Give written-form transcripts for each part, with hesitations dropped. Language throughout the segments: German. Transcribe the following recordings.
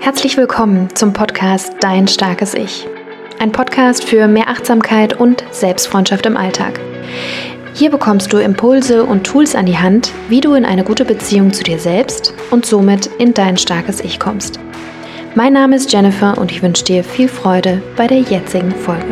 Herzlich willkommen zum Podcast Dein starkes Ich. Ein Podcast für mehr Achtsamkeit und Selbstfreundschaft im Alltag. Hier bekommst du Impulse und Tools an die Hand, wie du in eine gute Beziehung zu dir selbst und somit in dein starkes Ich kommst. Mein Name ist Jennifer und ich wünsche dir viel Freude bei der jetzigen Folge.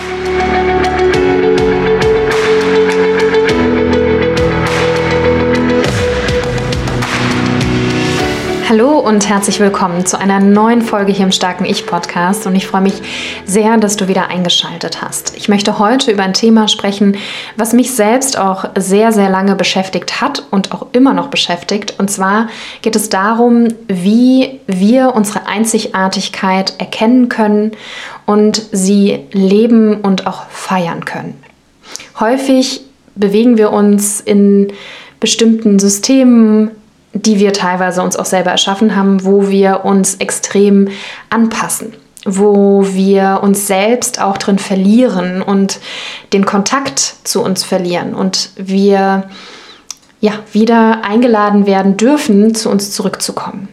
Hallo und herzlich willkommen zu einer neuen Folge hier im Starken Ich-Podcast und ich freue mich sehr, dass du wieder eingeschaltet hast. Ich möchte heute über ein Thema sprechen, was mich selbst auch sehr, sehr lange beschäftigt hat und auch immer noch beschäftigt. Und zwar geht es darum, wie wir unsere Einzigartigkeit erkennen können und sie leben und auch feiern können. Häufig bewegen wir uns in bestimmten Systemen, die wir teilweise uns auch selber erschaffen haben, wo wir uns extrem anpassen, wo wir uns selbst auch drin verlieren und den Kontakt zu uns verlieren und wir wieder eingeladen werden dürfen, zu uns zurückzukommen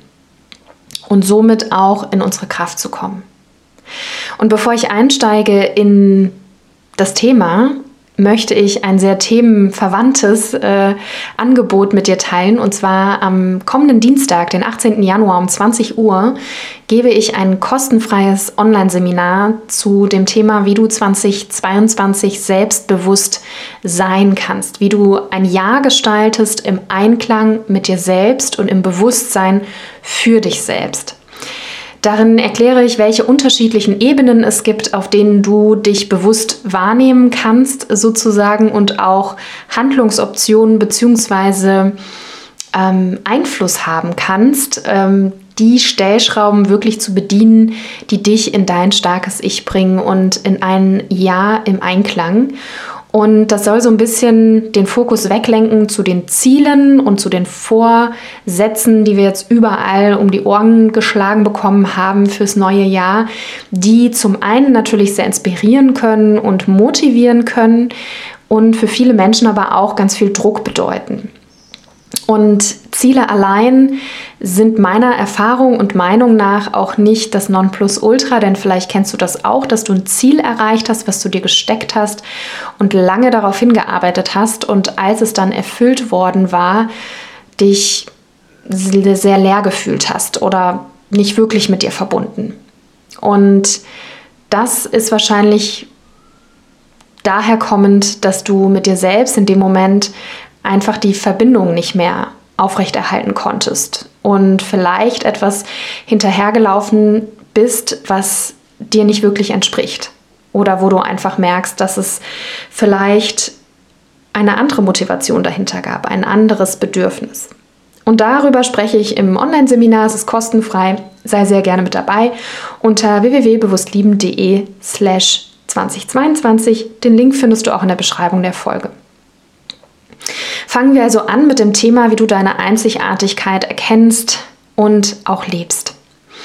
und somit auch in unsere Kraft zu kommen. Und bevor ich einsteige in das Thema, möchte ich ein sehr themenverwandtes Angebot mit dir teilen. Und zwar am kommenden Dienstag, den 18. Januar um 20 Uhr, gebe ich ein kostenfreies Online-Seminar zu dem Thema, wie du 2022 selbstbewusst sein kannst, wie du ein Jahr gestaltest im Einklang mit dir selbst und im Bewusstsein für dich selbst. Darin erkläre ich, welche unterschiedlichen Ebenen es gibt, auf denen du dich bewusst wahrnehmen kannst, sozusagen, und auch Handlungsoptionen bzw. Einfluss haben kannst, die Stellschrauben wirklich zu bedienen, die dich in dein starkes Ich bringen und in ein Ja im Einklang. Und das soll so ein bisschen den Fokus weglenken zu den Zielen und zu den Vorsätzen, die wir jetzt überall um die Ohren geschlagen bekommen haben fürs neue Jahr, die zum einen natürlich sehr inspirieren können und motivieren können und für viele Menschen aber auch ganz viel Druck bedeuten. Und Ziele allein sind meiner Erfahrung und Meinung nach auch nicht das Nonplusultra, denn vielleicht kennst du das auch, dass du ein Ziel erreicht hast, was du dir gesteckt hast und lange darauf hingearbeitet hast und als es dann erfüllt worden war, dich sehr leer gefühlt hast oder nicht wirklich mit dir verbunden. Und das ist wahrscheinlich daher kommend, dass du mit dir selbst in dem Moment einfach die Verbindung nicht mehr aufrechterhalten konntest und vielleicht etwas hinterhergelaufen bist, was dir nicht wirklich entspricht oder wo du einfach merkst, dass es vielleicht eine andere Motivation dahinter gab, ein anderes Bedürfnis. Und darüber spreche ich im Online-Seminar, es ist kostenfrei, sei sehr gerne mit dabei unter www.bewusstlieben.de/2022. Den Link findest du auch in der Beschreibung der Folge. Fangen wir also an mit dem Thema, wie du deine Einzigartigkeit erkennst und auch lebst.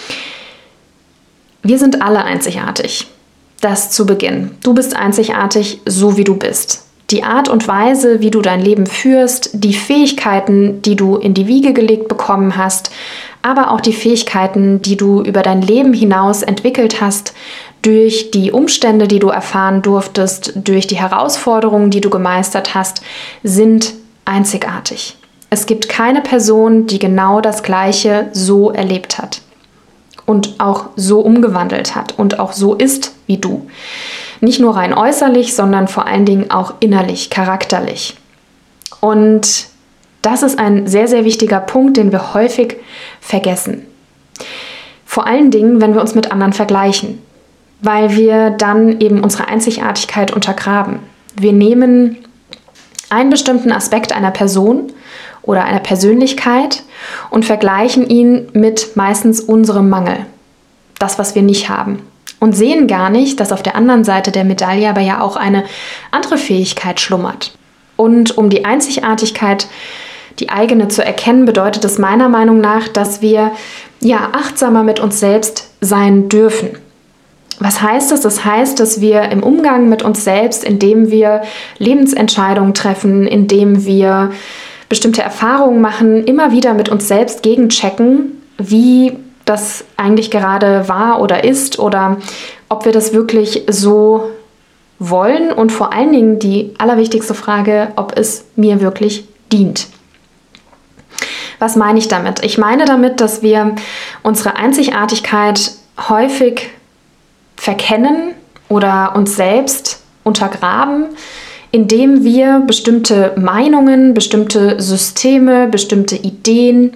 Wir sind alle einzigartig. Das zu Beginn. Du bist einzigartig, so wie du bist. Die Art und Weise, wie du dein Leben führst, die Fähigkeiten, die du in die Wiege gelegt bekommen hast, aber auch die Fähigkeiten, die du über dein Leben hinaus entwickelt hast, durch die Umstände, die du erfahren durftest, durch die Herausforderungen, die du gemeistert hast, sind einzigartig. Es gibt keine Person, die genau das Gleiche so erlebt hat und auch so umgewandelt hat und auch so ist wie du. Nicht nur rein äußerlich, sondern vor allen Dingen auch innerlich, charakterlich. Und das ist ein sehr, sehr wichtiger Punkt, den wir häufig vergessen. Vor allen Dingen, wenn wir uns mit anderen vergleichen, weil wir dann eben unsere Einzigartigkeit untergraben. Wir nehmen einen bestimmten Aspekt einer Person oder einer Persönlichkeit und vergleichen ihn mit meistens unserem Mangel, das, was wir nicht haben. Und sehen gar nicht, dass auf der anderen Seite der Medaille aber ja auch eine andere Fähigkeit schlummert. Und um die Einzigartigkeit, die eigene, zu erkennen, bedeutet es meiner Meinung nach, dass wir achtsamer mit uns selbst sein dürfen. Was heißt das? Das heißt, dass wir im Umgang mit uns selbst, indem wir Lebensentscheidungen treffen, indem wir bestimmte Erfahrungen machen, immer wieder mit uns selbst gegenchecken, wie das eigentlich gerade war oder ist oder ob wir das wirklich so wollen und vor allen Dingen die allerwichtigste Frage, ob es mir wirklich dient. Was meine ich damit? Ich meine damit, dass wir unsere Einzigartigkeit häufig verkennen oder uns selbst untergraben, indem wir bestimmte Meinungen, bestimmte Systeme, bestimmte Ideen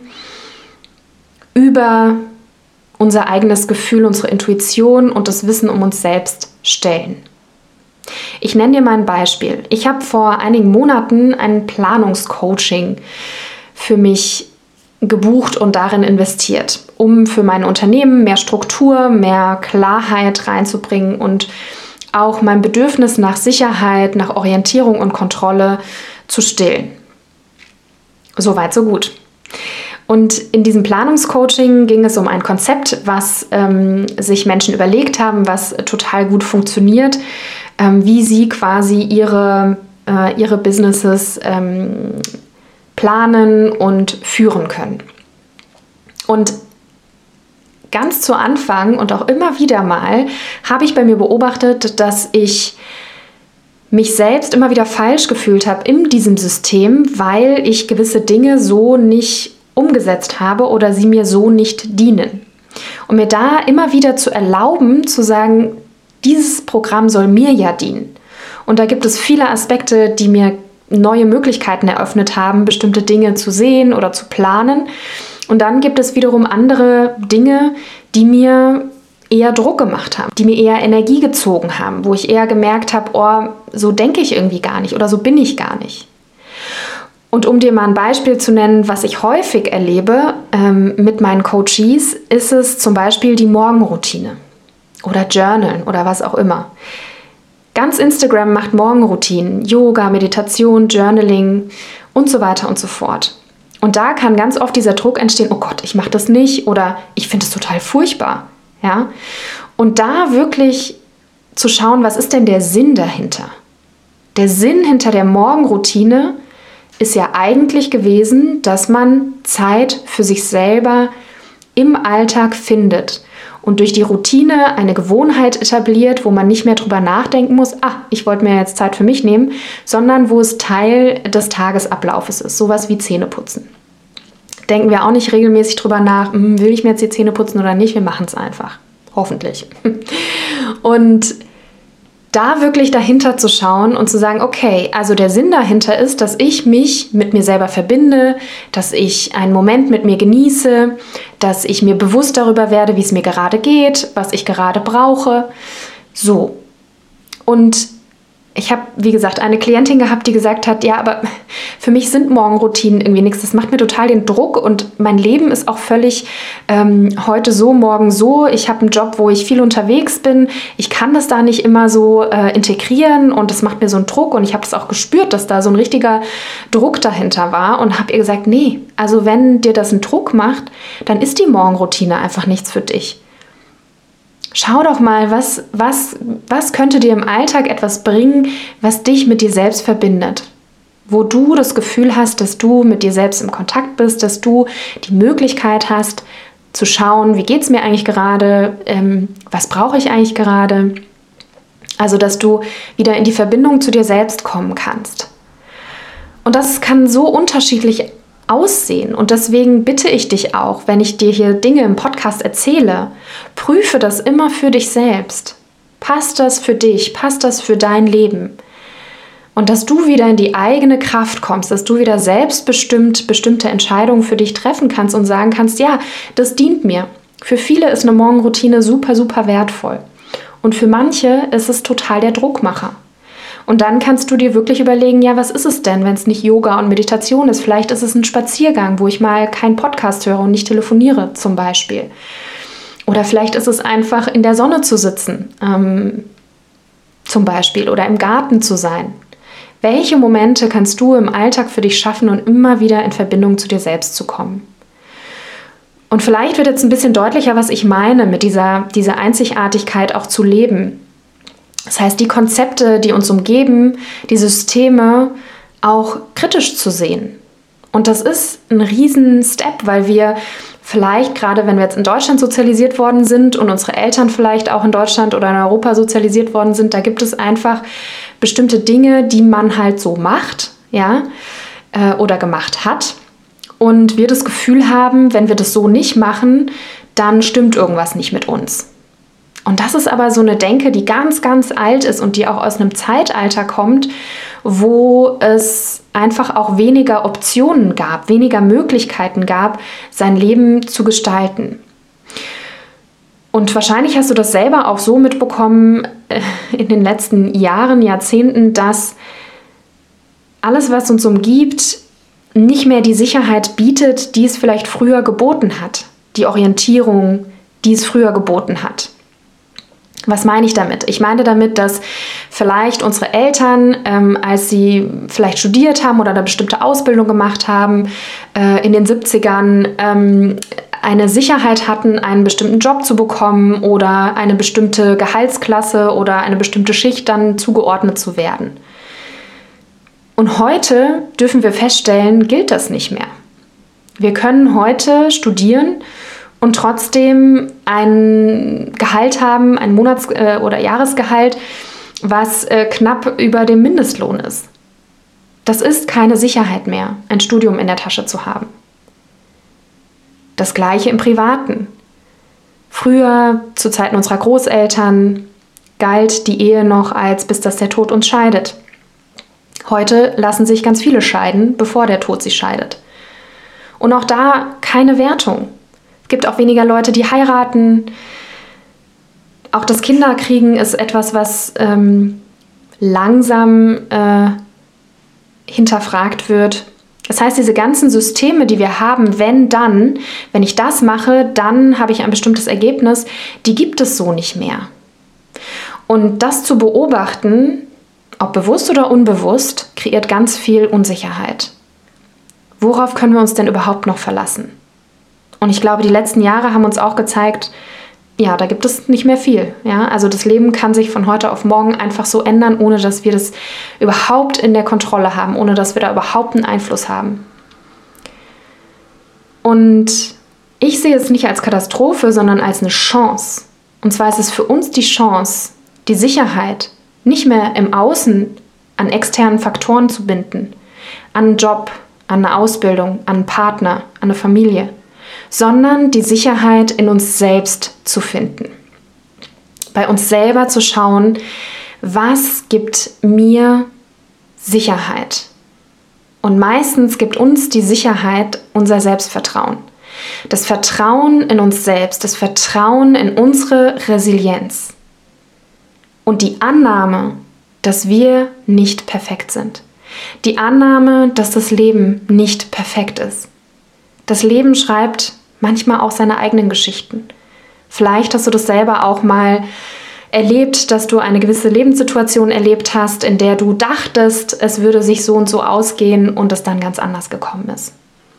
über unser eigenes Gefühl, unsere Intuition und das Wissen um uns selbst stellen. Ich nenne dir mal ein Beispiel. Ich habe vor einigen Monaten ein Planungscoaching für mich gebucht und darin investiert, um für mein Unternehmen mehr Struktur, mehr Klarheit reinzubringen und auch mein Bedürfnis nach Sicherheit, nach Orientierung und Kontrolle zu stillen. Soweit, so gut. Und in diesem Planungscoaching ging es um ein Konzept, was sich Menschen überlegt haben, was total gut funktioniert, wie sie quasi ihre Businesses planen und führen können. Und ganz zu Anfang und auch immer wieder mal habe ich bei mir beobachtet, dass ich mich selbst immer wieder falsch gefühlt habe in diesem System, weil ich gewisse Dinge so nicht umgesetzt habe oder sie mir so nicht dienen. Und mir da immer wieder zu erlauben, zu sagen, dieses Programm soll mir ja dienen. Und da gibt es viele Aspekte, die mir neue Möglichkeiten eröffnet haben, bestimmte Dinge zu sehen oder zu planen. Und dann gibt es wiederum andere Dinge, die mir eher Druck gemacht haben, die mir eher Energie gezogen haben, wo ich eher gemerkt habe, oh, so denke ich irgendwie gar nicht oder so bin ich gar nicht. Und um dir mal ein Beispiel zu nennen, was ich häufig erlebe mit meinen Coaches, ist es zum Beispiel die Morgenroutine oder Journalen oder was auch immer. Ganz Instagram macht Morgenroutinen, Yoga, Meditation, Journaling und so weiter und so fort. Und da kann ganz oft dieser Druck entstehen, oh Gott, ich mache das nicht oder ich finde es total furchtbar. Ja? Und da wirklich zu schauen, was ist denn der Sinn dahinter? Der Sinn hinter der Morgenroutine ist ja eigentlich gewesen, dass man Zeit für sich selber im Alltag findet und durch die Routine eine Gewohnheit etabliert, wo man nicht mehr drüber nachdenken muss, ich wollte mir jetzt Zeit für mich nehmen, sondern wo es Teil des Tagesablaufes ist, sowas wie Zähneputzen. Denken wir auch nicht regelmäßig drüber nach, will ich mir jetzt die Zähne putzen oder nicht, wir machen es einfach. Hoffentlich. Und da wirklich dahinter zu schauen und zu sagen, okay, also der Sinn dahinter ist, dass ich mich mit mir selber verbinde, dass ich einen Moment mit mir genieße, dass ich mir bewusst darüber werde, wie es mir gerade geht, was ich gerade brauche. So. Und ich habe, wie gesagt, eine Klientin gehabt, die gesagt hat, ja, aber für mich sind Morgenroutinen irgendwie nichts. Das macht mir total den Druck und mein Leben ist auch völlig heute so, morgen so. Ich habe einen Job, wo ich viel unterwegs bin. Ich kann das da nicht immer so integrieren und das macht mir so einen Druck. Und ich habe es auch gespürt, dass da so ein richtiger Druck dahinter war und habe ihr gesagt, nee, also wenn dir das einen Druck macht, dann ist die Morgenroutine einfach nichts für dich. Schau doch mal, was könnte dir im Alltag etwas bringen, was dich mit dir selbst verbindet. Wo du das Gefühl hast, dass du mit dir selbst im Kontakt bist, dass du die Möglichkeit hast, zu schauen, wie geht es mir eigentlich gerade, was brauche ich eigentlich gerade. Also, dass du wieder in die Verbindung zu dir selbst kommen kannst. Und das kann so unterschiedlich aussehen. Und deswegen bitte ich dich auch, wenn ich dir hier Dinge im Podcast erzähle, prüfe das immer für dich selbst. Passt das für dich? Passt das für dein Leben? Und dass du wieder in die eigene Kraft kommst, dass du wieder selbstbestimmt bestimmte Entscheidungen für dich treffen kannst und sagen kannst, ja, das dient mir. Für viele ist eine Morgenroutine super, super wertvoll. Und für manche ist es total der Druckmacher. Und dann kannst du dir wirklich überlegen, ja, was ist es denn, wenn es nicht Yoga und Meditation ist? Vielleicht ist es ein Spaziergang, wo ich mal keinen Podcast höre und nicht telefoniere zum Beispiel. Oder vielleicht ist es einfach in der Sonne zu sitzen, zum Beispiel, oder im Garten zu sein. Welche Momente kannst du im Alltag für dich schaffen und immer wieder in Verbindung zu dir selbst zu kommen? Und vielleicht wird jetzt ein bisschen deutlicher, was ich meine, mit dieser Einzigartigkeit auch zu leben. Das heißt, die Konzepte, die uns umgeben, die Systeme auch kritisch zu sehen. Und das ist ein riesen Step, weil wir Vielleicht, gerade wenn wir jetzt in Deutschland sozialisiert worden sind und unsere Eltern vielleicht auch in Deutschland oder in Europa sozialisiert worden sind, da gibt es einfach bestimmte Dinge, die man halt so macht, ja, oder gemacht hat. Und wir das Gefühl haben, wenn wir das so nicht machen, dann stimmt irgendwas nicht mit uns. Und das ist aber so eine Denke, die ganz, ganz alt ist und die auch aus einem Zeitalter kommt, wo es einfach auch weniger Optionen gab, weniger Möglichkeiten gab, sein Leben zu gestalten. Und wahrscheinlich hast du das selber auch so mitbekommen in den letzten Jahren, Jahrzehnten, dass alles, was uns umgibt, nicht mehr die Sicherheit bietet, die es vielleicht früher geboten hat, die Orientierung, die es früher geboten hat. Was meine ich damit? Ich meine damit, dass vielleicht unsere Eltern, als sie vielleicht studiert haben oder eine bestimmte Ausbildung gemacht haben, in den 70ern eine Sicherheit hatten, einen bestimmten Job zu bekommen oder eine bestimmte Gehaltsklasse oder eine bestimmte Schicht dann zugeordnet zu werden. Und heute dürfen wir feststellen, gilt das nicht mehr. Wir können heute studieren und trotzdem ein Gehalt haben, ein Monats- oder Jahresgehalt, was knapp über dem Mindestlohn ist. Das ist keine Sicherheit mehr, ein Studium in der Tasche zu haben. Das Gleiche im Privaten. Früher, zu Zeiten unserer Großeltern, galt die Ehe noch als bis dass der Tod uns scheidet. Heute lassen sich ganz viele scheiden, bevor der Tod sie scheidet. Und auch da keine Wertung. Es gibt auch weniger Leute, die heiraten. Auch das Kinderkriegen ist etwas, was langsam hinterfragt wird. Das heißt, diese ganzen Systeme, die wir haben, wenn ich das mache, dann habe ich ein bestimmtes Ergebnis, die gibt es so nicht mehr. Und das zu beobachten, ob bewusst oder unbewusst, kreiert ganz viel Unsicherheit. Worauf können wir uns denn überhaupt noch verlassen? Und ich glaube, die letzten Jahre haben uns auch gezeigt, ja, da gibt es nicht mehr viel. Ja? Also das Leben kann sich von heute auf morgen einfach so ändern, ohne dass wir das überhaupt in der Kontrolle haben, ohne dass wir da überhaupt einen Einfluss haben. Und ich sehe es nicht als Katastrophe, sondern als eine Chance. Und zwar ist es für uns die Chance, die Sicherheit nicht mehr im Außen an externen Faktoren zu binden, an einen Job, an eine Ausbildung, an einen Partner, an eine Familie, sondern die Sicherheit in uns selbst zu finden. Bei uns selber zu schauen, was gibt mir Sicherheit? Und meistens gibt uns die Sicherheit unser Selbstvertrauen. Das Vertrauen in uns selbst, das Vertrauen in unsere Resilienz. Und die Annahme, dass wir nicht perfekt sind. Die Annahme, dass das Leben nicht perfekt ist. Das Leben schreibt manchmal auch seine eigenen Geschichten. Vielleicht hast du das selber auch mal erlebt, dass du eine gewisse Lebenssituation erlebt hast, in der du dachtest, es würde sich so und so ausgehen und es dann ganz anders gekommen ist.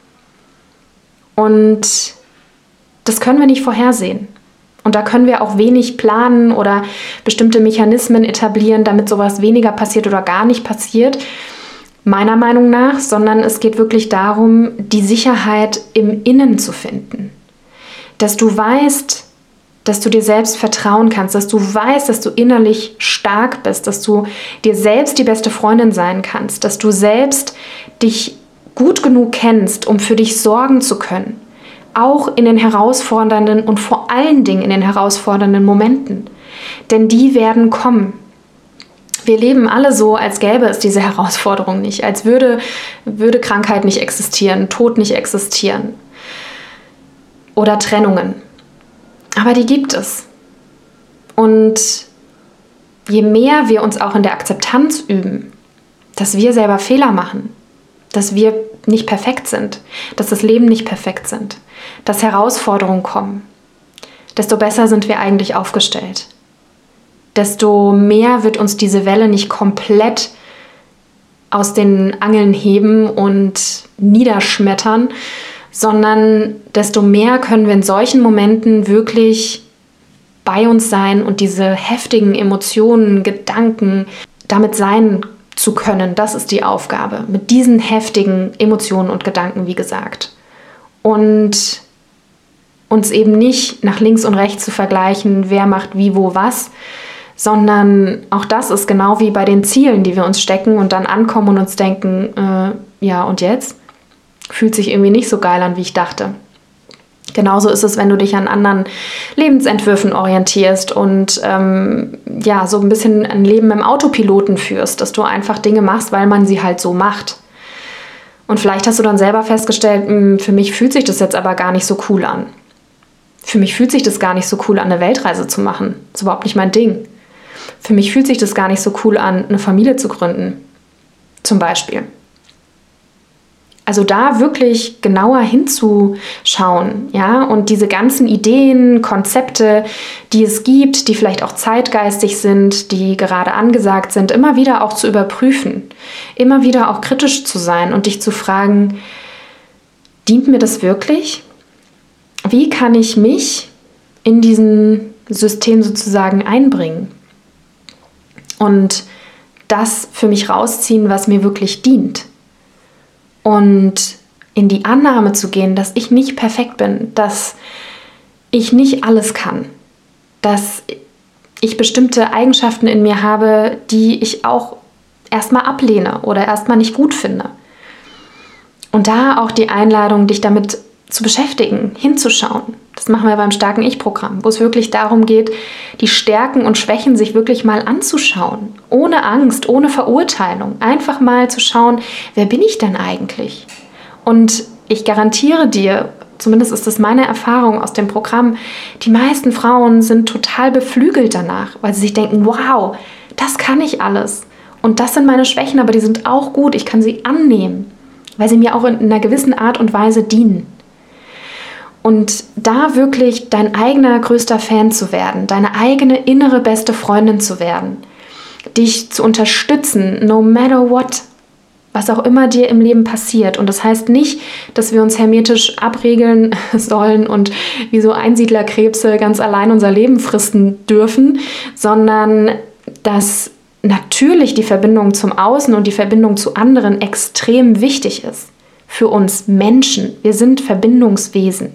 Und das können wir nicht vorhersehen. Und da können wir auch wenig planen oder bestimmte Mechanismen etablieren, damit sowas weniger passiert oder gar nicht passiert, meiner Meinung nach, sondern es geht wirklich darum, die Sicherheit im Innen zu finden. Dass du weißt, dass du dir selbst vertrauen kannst, dass du weißt, dass du innerlich stark bist, dass du dir selbst die beste Freundin sein kannst, dass du selbst dich gut genug kennst, um für dich sorgen zu können. Auch in den herausfordernden und vor allen Dingen in den herausfordernden Momenten. Denn die werden kommen. Wir leben alle so, als gäbe es diese Herausforderung nicht, als würde Krankheit nicht existieren, Tod nicht existieren oder Trennungen. Aber die gibt es. Und je mehr wir uns auch in der Akzeptanz üben, dass wir selber Fehler machen, dass wir nicht perfekt sind, dass das Leben nicht perfekt sind, dass Herausforderungen kommen, desto besser sind wir eigentlich aufgestellt. Desto mehr wird uns diese Welle nicht komplett aus den Angeln heben und niederschmettern, sondern desto mehr können wir in solchen Momenten wirklich bei uns sein und diese heftigen Emotionen, Gedanken damit sein zu können. Das ist die Aufgabe, mit diesen heftigen Emotionen und Gedanken, wie gesagt. Und uns eben nicht nach links und rechts zu vergleichen, wer macht wie, wo, was, sondern auch das ist genau wie bei den Zielen, die wir uns stecken und dann ankommen und uns denken, ja und jetzt? Fühlt sich irgendwie nicht so geil an, wie ich dachte. Genauso ist es, wenn du dich an anderen Lebensentwürfen orientierst und so ein bisschen ein Leben im Autopiloten führst, dass du einfach Dinge machst, weil man sie halt so macht. Und vielleicht hast du dann selber festgestellt, für mich fühlt sich das jetzt aber gar nicht so cool an. Für mich fühlt sich das gar nicht so cool an, eine Weltreise zu machen. Das ist überhaupt nicht mein Ding. Für mich fühlt sich das gar nicht so cool an, eine Familie zu gründen. Zum Beispiel. Also da wirklich genauer hinzuschauen, ja, und diese ganzen Ideen, Konzepte, die es gibt, die vielleicht auch zeitgeistig sind, die gerade angesagt sind, immer wieder auch zu überprüfen, immer wieder auch kritisch zu sein und dich zu fragen, dient mir das wirklich? Wie kann ich mich in diesem System sozusagen einbringen und das für mich rausziehen, was mir wirklich dient? Und in die Annahme zu gehen, dass ich nicht perfekt bin, dass ich nicht alles kann, dass ich bestimmte Eigenschaften in mir habe, die ich auch erstmal ablehne oder erstmal nicht gut finde. Und da auch die Einladung, dich damit zu beschäftigen, hinzuschauen. Das machen wir beim Starken Ich-Programm, wo es wirklich darum geht, die Stärken und Schwächen sich wirklich mal anzuschauen. Ohne Angst, ohne Verurteilung. Einfach mal zu schauen, wer bin ich denn eigentlich? Und ich garantiere dir, zumindest ist das meine Erfahrung aus dem Programm, die meisten Frauen sind total beflügelt danach, weil sie sich denken, wow, das kann ich alles. Und das sind meine Schwächen, aber die sind auch gut, ich kann sie annehmen, weil sie mir auch in einer gewissen Art und Weise dienen. Und da wirklich dein eigener größter Fan zu werden, deine eigene innere beste Freundin zu werden, dich zu unterstützen, no matter what, was auch immer dir im Leben passiert. Und das heißt nicht, dass wir uns hermetisch abregeln sollen und wie so Einsiedlerkrebse ganz allein unser Leben fristen dürfen, sondern dass natürlich die Verbindung zum Außen und die Verbindung zu anderen extrem wichtig ist für uns Menschen. Wir sind Verbindungswesen.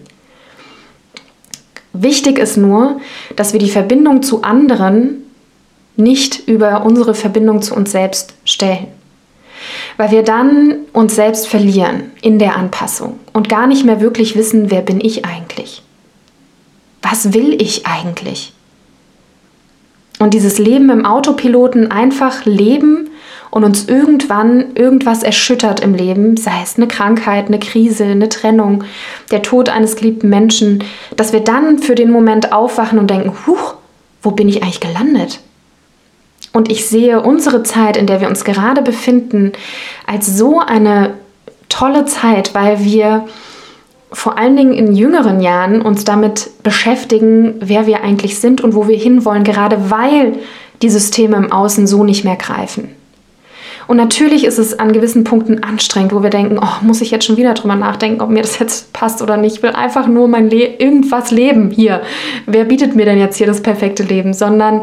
Wichtig ist nur, dass wir die Verbindung zu anderen nicht über unsere Verbindung zu uns selbst stellen. Weil wir dann uns selbst verlieren in der Anpassung und gar nicht mehr wirklich wissen, wer bin ich eigentlich? Was will ich eigentlich? Und dieses Leben im Autopiloten einfach leben und uns irgendwann irgendwas erschüttert im Leben, sei es eine Krankheit, eine Krise, eine Trennung, der Tod eines geliebten Menschen, dass wir dann für den Moment aufwachen und denken, huch, wo bin ich eigentlich gelandet? Und ich sehe unsere Zeit, in der wir uns gerade befinden, als so eine tolle Zeit, weil wir vor allen Dingen in jüngeren Jahren uns damit beschäftigen, wer wir eigentlich sind und wo wir hinwollen, gerade weil die Systeme im Außen so nicht mehr greifen. Und natürlich ist es an gewissen Punkten anstrengend, wo wir denken, oh, muss ich jetzt schon wieder drüber nachdenken, ob mir das jetzt passt oder nicht. Ich will einfach nur irgendwas leben hier. Wer bietet mir denn jetzt hier das perfekte Leben? Sondern,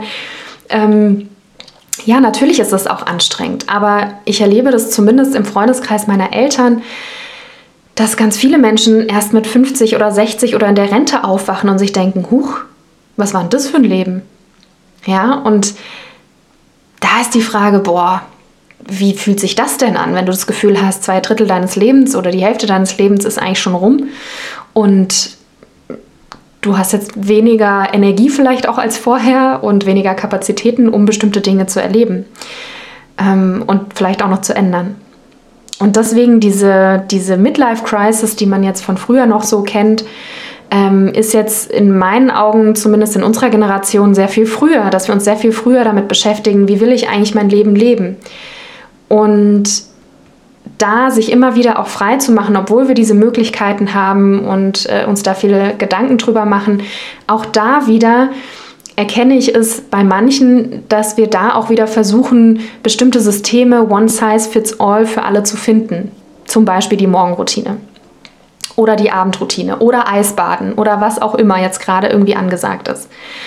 ja, natürlich ist das auch anstrengend. Aber ich erlebe das zumindest im Freundeskreis meiner Eltern, dass ganz viele Menschen erst mit 50 oder 60 oder in der Rente aufwachen und sich denken, huch, was war denn das für ein Leben? Ja, und da ist die Frage, wie fühlt sich das denn an, wenn du das Gefühl hast, 2/3 deines Lebens oder die Hälfte deines Lebens ist eigentlich schon rum und du hast jetzt weniger Energie vielleicht auch als vorher und weniger Kapazitäten, um bestimmte Dinge zu erleben und vielleicht auch noch zu ändern. Und deswegen diese Midlife-Crisis, die man jetzt von früher noch so kennt, ist jetzt in meinen Augen, zumindest in unserer Generation, sehr viel früher, dass wir uns sehr viel früher damit beschäftigen, wie will ich eigentlich mein Leben leben? Und da sich immer wieder auch frei zu machen, obwohl wir diese Möglichkeiten haben und uns da viele Gedanken drüber machen, auch da wieder erkenne ich es bei manchen, dass wir da auch wieder versuchen, bestimmte Systeme one size fits all für alle zu finden. Zum Beispiel die Morgenroutine oder die Abendroutine oder Eisbaden oder was auch immer jetzt gerade irgendwie angesagt ist.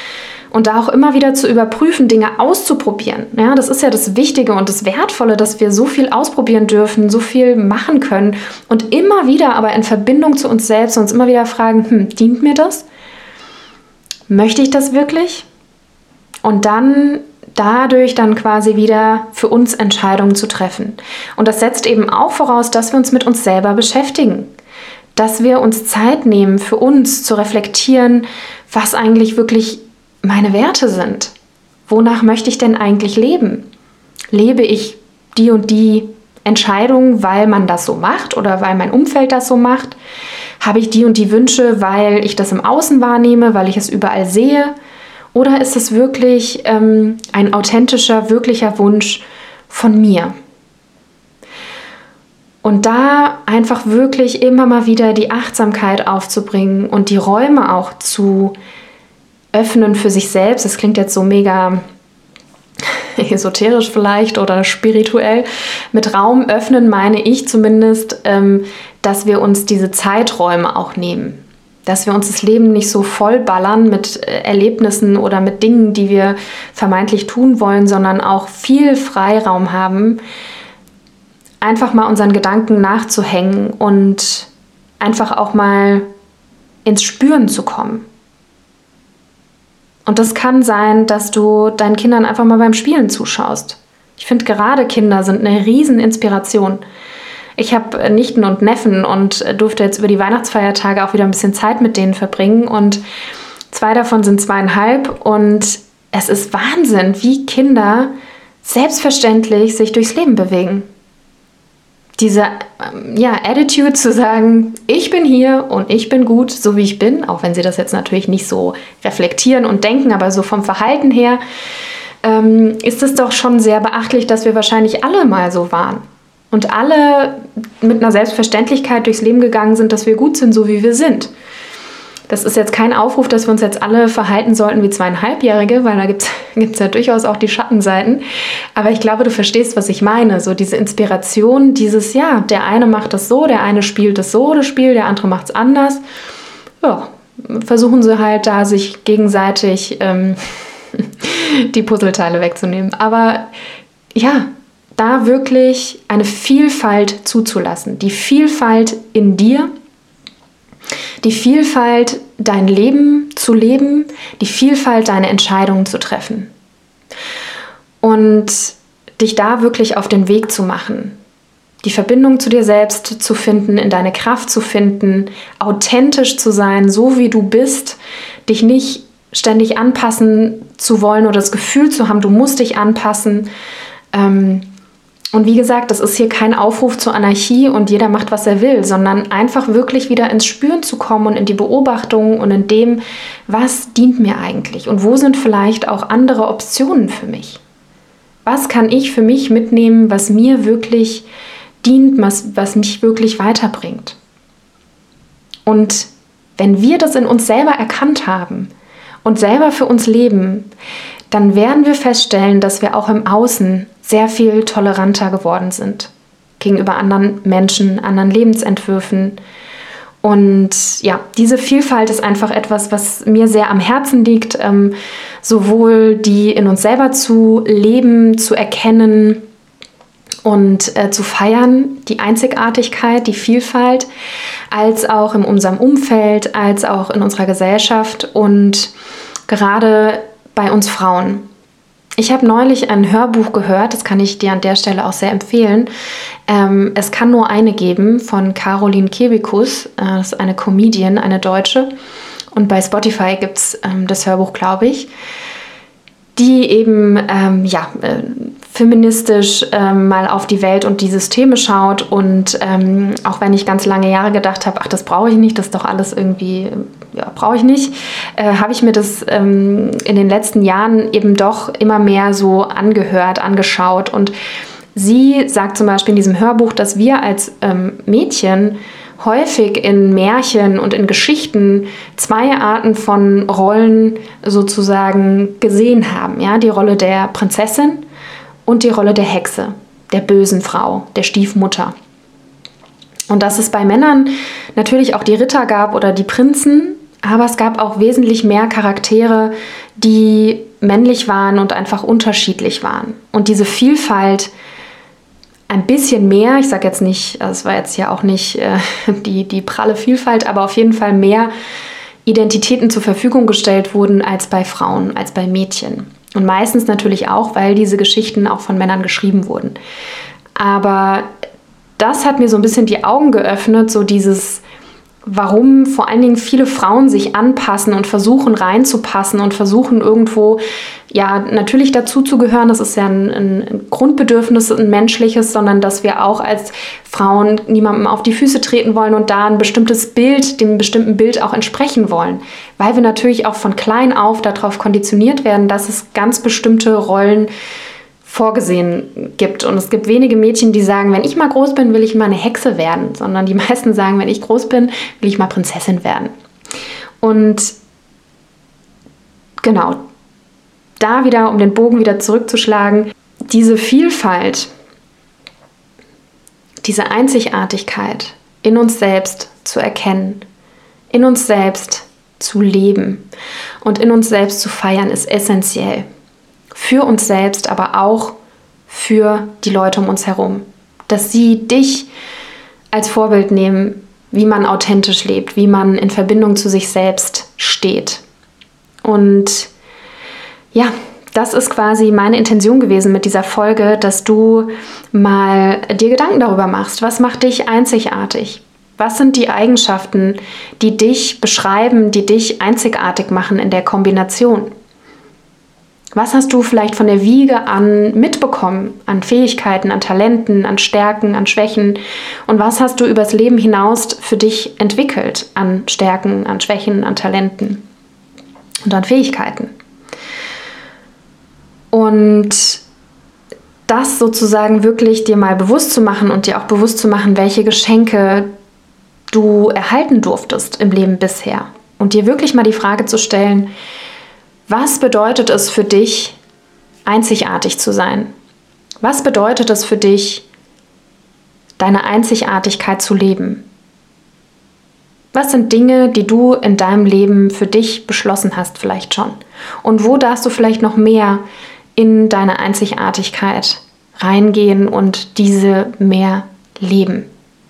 Und da auch immer wieder zu überprüfen, Dinge auszuprobieren. Ja, das ist ja das Wichtige und das Wertvolle, dass wir so viel ausprobieren dürfen, so viel machen können und immer wieder aber in Verbindung zu uns selbst uns immer wieder fragen, dient mir das? Möchte ich das wirklich? Und dann dadurch dann quasi wieder für uns Entscheidungen zu treffen. Und das setzt eben auch voraus, dass wir uns mit uns selber beschäftigen. Dass wir uns Zeit nehmen, für uns zu reflektieren, was eigentlich wirklich meine Werte sind. Wonach möchte ich denn eigentlich leben? Lebe ich die und die Entscheidung, weil man das so macht oder weil mein Umfeld das so macht? Habe ich die und die Wünsche, weil ich das im Außen wahrnehme, weil ich es überall sehe? Oder ist es wirklich ein authentischer, wirklicher Wunsch von mir? Und da einfach wirklich immer mal wieder die Achtsamkeit aufzubringen und die Räume auch zu öffnen für sich selbst. Das klingt jetzt so mega esoterisch vielleicht oder spirituell. Mit Raum öffnen meine ich zumindest, dass wir uns diese Zeiträume auch nehmen. Dass wir uns das Leben nicht so vollballern mit Erlebnissen oder mit Dingen, die wir vermeintlich tun wollen, sondern auch viel Freiraum haben, einfach mal unseren Gedanken nachzuhängen und einfach auch mal ins Spüren zu kommen. Und das kann sein, dass du deinen Kindern einfach mal beim Spielen zuschaust. Ich finde, gerade Kinder sind eine riesen Inspiration. Ich habe Nichten und Neffen und durfte jetzt über die Weihnachtsfeiertage auch wieder ein bisschen Zeit mit denen verbringen. Und 2 davon sind 2,5. Und es ist Wahnsinn, wie Kinder selbstverständlich sich durchs Leben bewegen. Diese Attitude zu sagen, ich bin hier und ich bin gut, so wie ich bin, auch wenn sie das jetzt natürlich nicht so reflektieren und denken, aber so vom Verhalten her ist es doch schon sehr beachtlich, dass wir wahrscheinlich alle mal so waren und alle mit einer Selbstverständlichkeit durchs Leben gegangen sind, dass wir gut sind, so wie wir sind. Das ist jetzt kein Aufruf, dass wir uns jetzt alle verhalten sollten wie 2,5-Jährige, weil da gibt's ja durchaus auch die Schattenseiten. Aber ich glaube, du verstehst, was ich meine. So diese Inspiration, dieses, der eine macht das so, der eine spielt das so, das Spiel, der andere macht es anders. Ja, versuchen sie halt da sich gegenseitig die Puzzleteile wegzunehmen. Aber ja, da wirklich eine Vielfalt zuzulassen. Die Vielfalt in dir, die Vielfalt, dein Leben zu leben, die Vielfalt, deine Entscheidungen zu treffen. Und dich da wirklich auf den Weg zu machen. Die Verbindung zu dir selbst zu finden, in deine Kraft zu finden, authentisch zu sein, so wie du bist, dich nicht ständig anpassen zu wollen oder das Gefühl zu haben, du musst dich anpassen. Und wie gesagt, das ist hier kein Aufruf zur Anarchie und jeder macht, was er will, sondern einfach wirklich wieder ins Spüren zu kommen und in die Beobachtung und in dem, was dient mir eigentlich und wo sind vielleicht auch andere Optionen für mich. Was kann ich für mich mitnehmen, was mir wirklich dient, was mich wirklich weiterbringt. Und wenn wir das in uns selber erkannt haben und selber für uns leben, dann werden wir feststellen, dass wir auch im Außen sehr viel toleranter geworden sind gegenüber anderen Menschen, anderen Lebensentwürfen. Und ja, diese Vielfalt ist einfach etwas, was mir sehr am Herzen liegt, sowohl die in uns selber zu leben, zu erkennen und zu feiern, die Einzigartigkeit, die Vielfalt, als auch in unserem Umfeld, als auch in unserer Gesellschaft und gerade bei uns Frauen. Ich habe neulich ein Hörbuch gehört, das kann ich dir an der Stelle auch sehr empfehlen. Es kann nur eine geben von Caroline Kebekus, das ist eine Comedian, eine Deutsche. Und bei Spotify gibt es das Hörbuch, glaube ich, die eben feministisch mal auf die Welt und die Systeme schaut. Und auch wenn ich ganz lange Jahre gedacht habe, ach, das brauche ich nicht, das ist doch alles irgendwie, brauche ich nicht, habe ich mir das in den letzten Jahren eben doch immer mehr so angehört, angeschaut. Und sie sagt zum Beispiel in diesem Hörbuch, dass wir als Mädchen häufig in Märchen und in Geschichten 2 Arten von Rollen sozusagen gesehen haben. Ja? Die Rolle der Prinzessin und die Rolle der Hexe, der bösen Frau, der Stiefmutter. Und dass es bei Männern natürlich auch die Ritter gab oder die Prinzen, Aber es gab auch wesentlich mehr Charaktere, die männlich waren und einfach unterschiedlich waren. Und diese Vielfalt ein bisschen mehr, ich sage jetzt nicht, es war jetzt ja auch nicht die pralle Vielfalt, aber auf jeden Fall mehr Identitäten zur Verfügung gestellt wurden als bei Frauen, als bei Mädchen. Und meistens natürlich auch, weil diese Geschichten auch von Männern geschrieben wurden. Aber das hat mir so ein bisschen die Augen geöffnet, so dieses, warum vor allen Dingen viele Frauen sich anpassen und versuchen reinzupassen und versuchen irgendwo, ja, natürlich dazu zu gehören. Das ist ja ein Grundbedürfnis, ein menschliches, sondern dass wir auch als Frauen niemandem auf die Füße treten wollen und da ein bestimmtes Bild, dem bestimmten Bild auch entsprechen wollen. Weil wir natürlich auch von klein auf darauf konditioniert werden, dass es ganz bestimmte Rollen vorgesehen gibt. Und es gibt wenige Mädchen, die sagen, wenn ich mal groß bin, will ich mal eine Hexe werden, sondern die meisten sagen, wenn ich groß bin, will ich mal Prinzessin werden. Und genau, da wieder, um den Bogen wieder zurückzuschlagen, diese Vielfalt, diese Einzigartigkeit in uns selbst zu erkennen, in uns selbst zu leben und in uns selbst zu feiern, ist essentiell. Für uns selbst, aber auch für die Leute um uns herum. Dass sie dich als Vorbild nehmen, wie man authentisch lebt, wie man in Verbindung zu sich selbst steht. Und ja, das ist quasi meine Intention gewesen mit dieser Folge, dass du mal dir Gedanken darüber machst. Was macht dich einzigartig? Was sind die Eigenschaften, die dich beschreiben, die dich einzigartig machen in der Kombination? Was hast du vielleicht von der Wiege an mitbekommen, an Fähigkeiten, an Talenten, an Stärken, an Schwächen? Und was hast du übers Leben hinaus für dich entwickelt an Stärken, an Schwächen, an Talenten und an Fähigkeiten? Und das sozusagen wirklich dir mal bewusst zu machen und dir auch bewusst zu machen, welche Geschenke du erhalten durftest im Leben bisher. Und dir wirklich mal die Frage zu stellen, was bedeutet es für dich, einzigartig zu sein? Was bedeutet es für dich, deine Einzigartigkeit zu leben? Was sind Dinge, die du in deinem Leben für dich beschlossen hast, vielleicht schon? Und wo darfst du vielleicht noch mehr in deine Einzigartigkeit reingehen und diese mehr leben?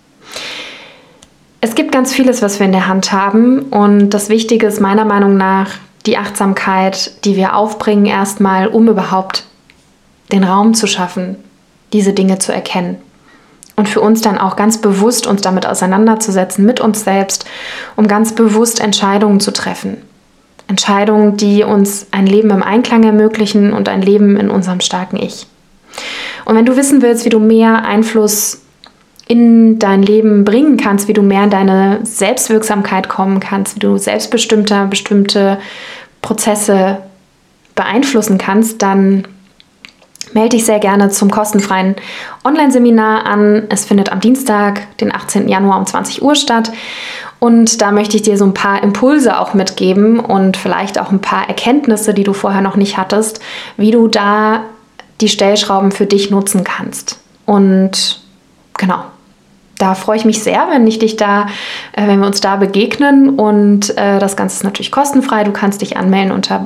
Es gibt ganz vieles, was wir in der Hand haben. Und das Wichtige ist meiner Meinung nach, die Achtsamkeit, die wir aufbringen erstmal, um überhaupt den Raum zu schaffen, diese Dinge zu erkennen. Und für uns dann auch ganz bewusst uns damit auseinanderzusetzen, mit uns selbst, um ganz bewusst Entscheidungen zu treffen. Entscheidungen, die uns ein Leben im Einklang ermöglichen und ein Leben in unserem starken Ich. Und wenn du wissen willst, wie du mehr Einfluss in dein Leben bringen kannst, wie du mehr in deine Selbstwirksamkeit kommen kannst, wie du selbstbestimmter bestimmte Prozesse beeinflussen kannst, dann melde dich sehr gerne zum kostenfreien Online-Seminar an. Es findet am Dienstag, den 18. Januar um 20 Uhr statt. Und da möchte ich dir so ein paar Impulse auch mitgeben und vielleicht auch ein paar Erkenntnisse, die du vorher noch nicht hattest, wie du da die Stellschrauben für dich nutzen kannst. Und genau. Da freue ich mich sehr, wenn wir uns da begegnen, und das Ganze ist natürlich kostenfrei. Du kannst dich anmelden unter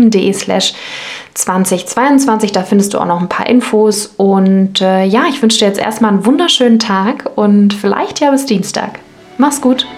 bewusstlieben.de/2022. Da findest du auch noch ein paar Infos, und ich wünsche dir jetzt erstmal einen wunderschönen Tag und vielleicht ja bis Dienstag. Mach's gut.